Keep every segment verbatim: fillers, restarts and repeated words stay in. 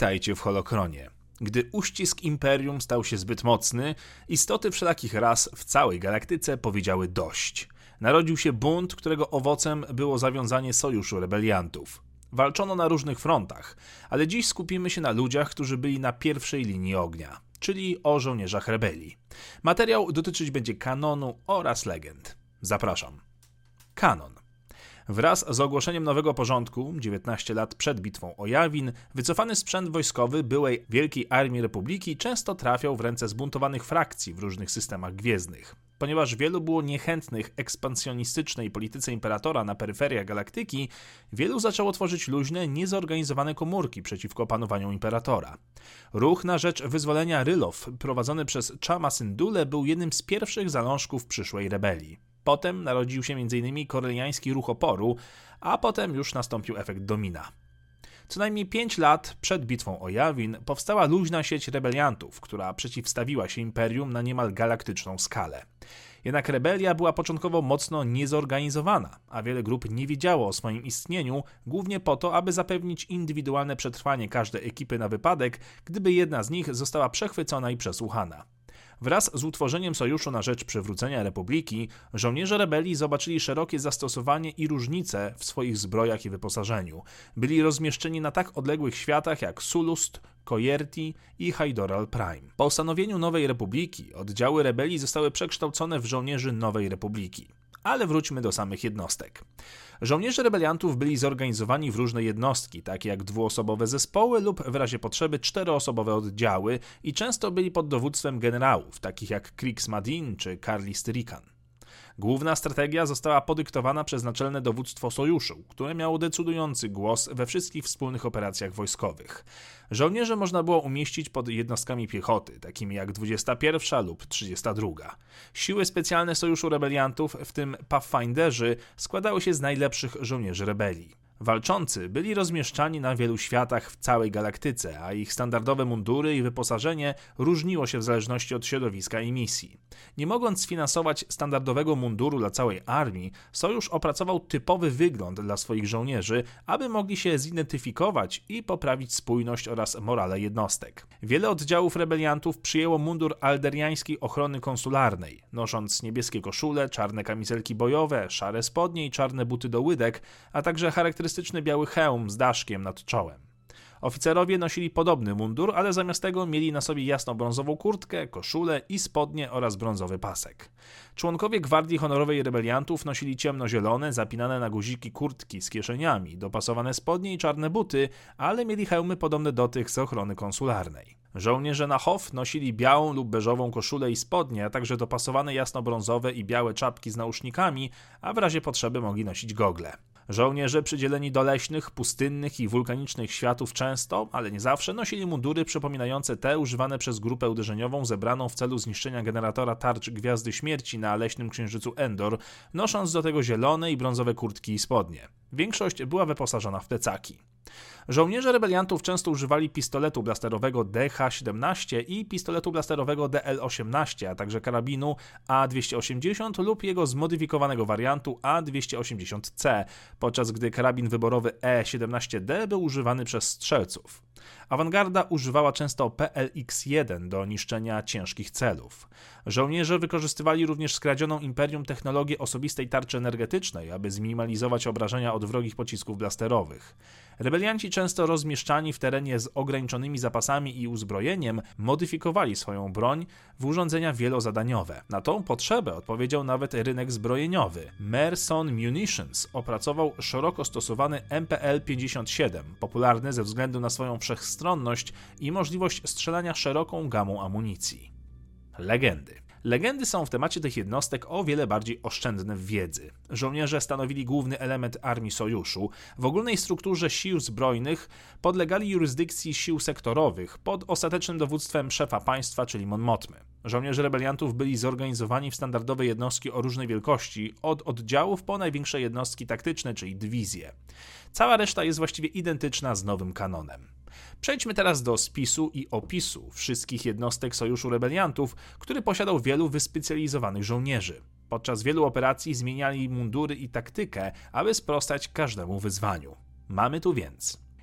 Witajcie w Holokronie. Gdy uścisk Imperium stał się zbyt mocny, istoty wszelakich ras w całej galaktyce powiedziały dość. Narodził się bunt, którego owocem było zawiązanie sojuszu rebeliantów. Walczono na różnych frontach, ale dziś skupimy się na ludziach, którzy byli na pierwszej linii ognia, czyli o żołnierzach rebelii. Materiał dotyczyć będzie kanonu oraz legend. Zapraszam. Kanon. Wraz z ogłoszeniem nowego porządku, dziewiętnaście lat przed bitwą o Yavin, wycofany sprzęt wojskowy byłej Wielkiej Armii Republiki często trafiał w ręce zbuntowanych frakcji w różnych systemach gwiezdnych. Ponieważ wielu było niechętnych ekspansjonistycznej polityce Imperatora na peryferiach galaktyki, wielu zaczęło tworzyć luźne, niezorganizowane komórki przeciwko panowaniu Imperatora. Ruch na rzecz wyzwolenia Rylow, prowadzony przez Chama Syndulle, był jednym z pierwszych zalążków przyszłej rebelii. Potem narodził się między innymi koreliański ruch oporu, a potem już nastąpił efekt domina. Co najmniej pięć lat przed bitwą o Yavin powstała luźna sieć rebeliantów, która przeciwstawiła się Imperium na niemal galaktyczną skalę. Jednak rebelia była początkowo mocno niezorganizowana, a wiele grup nie wiedziało o swoim istnieniu, głównie po to, aby zapewnić indywidualne przetrwanie każdej ekipy na wypadek, gdyby jedna z nich została przechwycona i przesłuchana. Wraz z utworzeniem sojuszu na rzecz przywrócenia Republiki, żołnierze rebelii zobaczyli szerokie zastosowanie i różnice w swoich zbrojach i wyposażeniu. Byli rozmieszczeni na tak odległych światach jak Sullust, Kojerti i Hydoral Prime. Po ustanowieniu Nowej Republiki oddziały rebelii zostały przekształcone w żołnierzy Nowej Republiki. Ale wróćmy do samych jednostek. Żołnierze rebeliantów byli zorganizowani w różne jednostki, takie jak dwuosobowe zespoły lub w razie potrzeby czteroosobowe oddziały i często byli pod dowództwem generałów, takich jak Kriegsmarine czy Karli Styrikan. Główna strategia została podyktowana przez naczelne dowództwo sojuszu, które miało decydujący głos we wszystkich wspólnych operacjach wojskowych. Żołnierze można było umieścić pod jednostkami piechoty, takimi jak dwudziesta pierwsza lub trzydziesta druga. Siły specjalne sojuszu rebeliantów, w tym Pathfinderzy, składały się z najlepszych żołnierzy rebelii. Walczący byli rozmieszczani na wielu światach w całej galaktyce, a ich standardowe mundury i wyposażenie różniło się w zależności od środowiska i misji. Nie mogąc sfinansować standardowego munduru dla całej armii, sojusz opracował typowy wygląd dla swoich żołnierzy, aby mogli się zidentyfikować i poprawić spójność oraz morale jednostek. Wiele oddziałów rebeliantów przyjęło mundur alderiańskiej ochrony konsularnej, nosząc niebieskie koszule, czarne kamizelki bojowe, szare spodnie i czarne buty do łydek, a także charakterystyczne biały hełm z daszkiem nad czołem. Oficerowie nosili podobny mundur, ale zamiast tego mieli na sobie jasno-brązową kurtkę, koszulę i spodnie oraz brązowy pasek. Członkowie Gwardii Honorowej Rebeliantów nosili ciemnozielone, zapinane na guziki kurtki z kieszeniami, dopasowane spodnie i czarne buty, ale mieli hełmy podobne do tych z ochrony konsularnej. Żołnierze na Hoth nosili białą lub beżową koszulę i spodnie, a także dopasowane jasno-brązowe i białe czapki z nausznikami, a w razie potrzeby mogli nosić gogle. Żołnierze przydzieleni do leśnych, pustynnych i wulkanicznych światów często, ale nie zawsze, nosili mundury przypominające te używane przez grupę uderzeniową zebraną w celu zniszczenia generatora tarcz Gwiazdy Śmierci na leśnym księżycu Endor, nosząc do tego zielone i brązowe kurtki i spodnie. Większość była wyposażona w plecaki. Żołnierze rebeliantów często używali pistoletu blasterowego D H siedemnaście i pistoletu blasterowego D L osiemnaście, a także karabinu A dwieście osiemdziesiąt lub jego zmodyfikowanego wariantu A dwieście osiemdziesiąt C, podczas gdy karabin wyborowy E siedemnaście D był używany przez strzelców. Awangarda używała często P L X jeden do niszczenia ciężkich celów. Żołnierze wykorzystywali również skradzioną Imperium technologię osobistej tarczy energetycznej, aby zminimalizować obrażenia od wrogich pocisków blasterowych. Rebelianci, często rozmieszczani w terenie z ograniczonymi zapasami i uzbrojeniem, modyfikowali swoją broń w urządzenia wielozadaniowe. Na tą potrzebę odpowiedział nawet rynek zbrojeniowy. Merson Munitions opracował szeroko stosowany M P L pięćdziesiąt siedem, popularny ze względu na swoją wszechstronność i możliwość strzelania szeroką gamą amunicji. Legendy. Legendy są w temacie tych jednostek o wiele bardziej oszczędne w wiedzy. Żołnierze stanowili główny element armii sojuszu. W ogólnej strukturze sił zbrojnych podlegali jurysdykcji sił sektorowych pod ostatecznym dowództwem szefa państwa, czyli Mon Mothmy. Żołnierze rebeliantów byli zorganizowani w standardowe jednostki o różnej wielkości, od oddziałów po największe jednostki taktyczne, czyli dywizje. Cała reszta jest właściwie identyczna z nowym kanonem. Przejdźmy teraz do spisu i opisu wszystkich jednostek Sojuszu Rebeliantów, który posiadał wielu wyspecjalizowanych żołnierzy. Podczas wielu operacji zmieniali mundury i taktykę, aby sprostać każdemu wyzwaniu. Mamy tu więc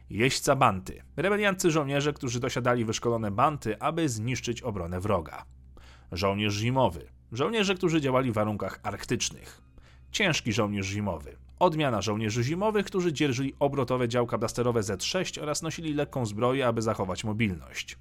Jeźdźca banty. Rebelianccy żołnierze, którzy dosiadali wyszkolone banty, aby zniszczyć obronę wroga. Żołnierz zimowy. Żołnierze, którzy działali w warunkach arktycznych. Ciężki żołnierz zimowy. Odmiana żołnierzy zimowych, którzy dzierżyli obrotowe działka blasterowe Z sześć oraz nosili lekką zbroję, aby zachować mobilność.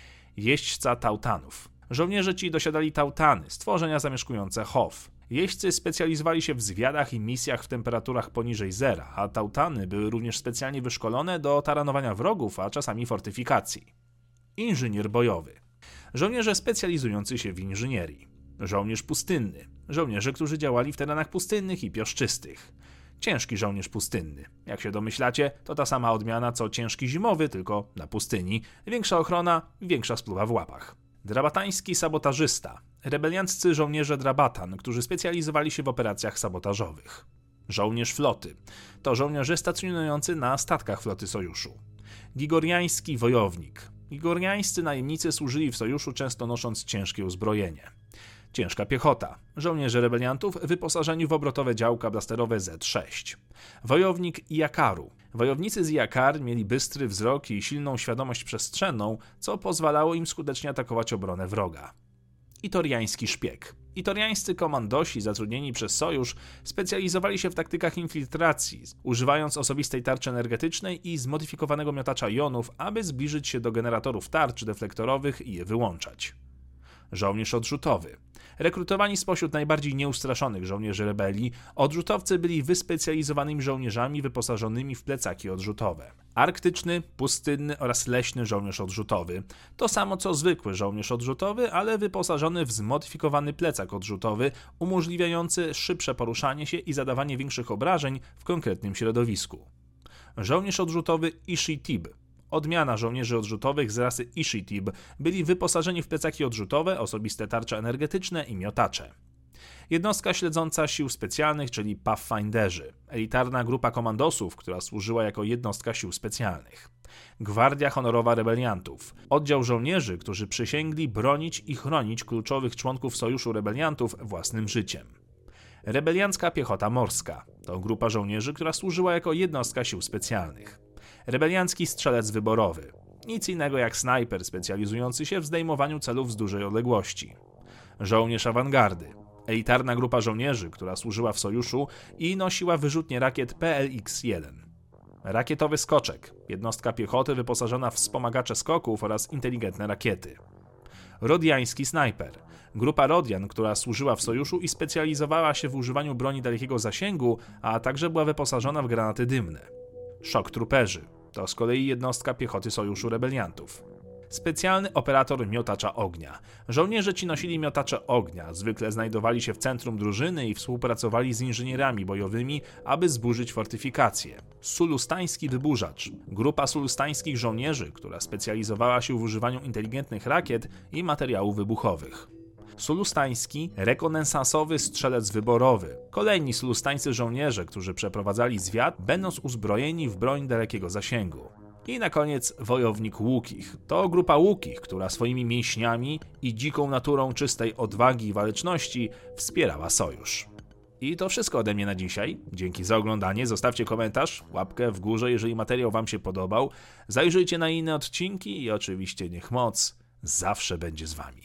Jeźdźca tautanów. Żołnierze ci dosiadali tautany, stworzenia zamieszkujące Hoth. Jeźdźcy specjalizowali się w zwiadach i misjach w temperaturach poniżej zera, a tautany były również specjalnie wyszkolone do taranowania wrogów, a czasami fortyfikacji. Inżynier bojowy. Żołnierze specjalizujący się w inżynierii. Żołnierz pustynny. Żołnierze, którzy działali w terenach pustynnych i piaszczystych. Ciężki żołnierz pustynny. Jak się domyślacie, to ta sama odmiana co ciężki zimowy, tylko na pustyni. Większa ochrona, większa spluwa w łapach. Drabatański sabotażysta. Rebelianccy żołnierze Drabatan, którzy specjalizowali się w operacjach sabotażowych. Żołnierz floty. To żołnierze stacjonujący na statkach floty Sojuszu. Gigoriański wojownik. Gigoriańscy najemnicy służyli w Sojuszu, często nosząc ciężkie uzbrojenie. Ciężka piechota. Żołnierze rebeliantów wyposażeni w obrotowe działka blasterowe Z sześć. Wojownik Iakaru. Wojownicy z Iakar mieli bystry wzrok i silną świadomość przestrzenną, co pozwalało im skutecznie atakować obronę wroga. Itoriański szpieg. Itoriańscy komandosi zatrudnieni przez Sojusz specjalizowali się w taktykach infiltracji, używając osobistej tarczy energetycznej i zmodyfikowanego miotacza jonów, aby zbliżyć się do generatorów tarcz deflektorowych i je wyłączać. Żołnierz odrzutowy. Rekrutowani spośród najbardziej nieustraszonych żołnierzy rebelii, odrzutowcy byli wyspecjalizowanymi żołnierzami wyposażonymi w plecaki odrzutowe. Arktyczny, pustynny oraz leśny żołnierz odrzutowy. To samo co zwykły żołnierz odrzutowy, ale wyposażony w zmodyfikowany plecak odrzutowy, umożliwiający szybsze poruszanie się i zadawanie większych obrażeń w konkretnym środowisku. Żołnierz odrzutowy Ishitib. Odmiana żołnierzy odrzutowych z rasy Ishitib byli wyposażeni w plecaki odrzutowe, osobiste tarcze energetyczne i miotacze. Jednostka śledząca sił specjalnych, czyli Pathfinderzy. Elitarna grupa komandosów, która służyła jako jednostka sił specjalnych. Gwardia honorowa rebeliantów. Oddział żołnierzy, którzy przysięgli bronić i chronić kluczowych członków Sojuszu Rebeliantów własnym życiem. Rebeliancka piechota morska. To grupa żołnierzy, która służyła jako jednostka sił specjalnych. Rebeliancki strzelec wyborowy. Nic innego jak snajper specjalizujący się w zdejmowaniu celów z dużej odległości. Żołnierz awangardy. Elitarna grupa żołnierzy, która służyła w Sojuszu i nosiła wyrzutnie rakiet P L X jeden. Rakietowy skoczek. Jednostka piechoty wyposażona w wspomagacze skoków oraz inteligentne rakiety. Rodiański snajper. Grupa Rodian, która służyła w Sojuszu i specjalizowała się w używaniu broni dalekiego zasięgu, a także była wyposażona w granaty dymne. Szok truperzy. To z kolei jednostka piechoty Sojuszu Rebeliantów. Specjalny operator miotacza ognia. Żołnierze ci nosili miotacze ognia, zwykle znajdowali się w centrum drużyny i współpracowali z inżynierami bojowymi, aby zburzyć fortyfikacje. Sulustański wyburzacz. Grupa sulustańskich żołnierzy, która specjalizowała się w używaniu inteligentnych rakiet i materiałów wybuchowych. Sulustański rekonesansowy strzelec wyborowy. Kolejni sulustańscy żołnierze, którzy przeprowadzali zwiat, będąc uzbrojeni w broń dalekiego zasięgu. I na koniec wojownik łukich. To grupa łukich, która swoimi mięśniami i dziką naturą czystej odwagi i waleczności wspierała sojusz. I to wszystko ode mnie na dzisiaj. Dzięki za oglądanie. Zostawcie komentarz, łapkę w górze, jeżeli materiał wam się podobał. Zajrzyjcie na inne odcinki i oczywiście niech moc zawsze będzie z wami.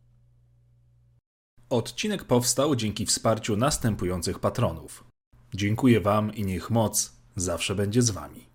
Odcinek powstał dzięki wsparciu następujących patronów. Dziękuję wam i niech moc zawsze będzie z wami.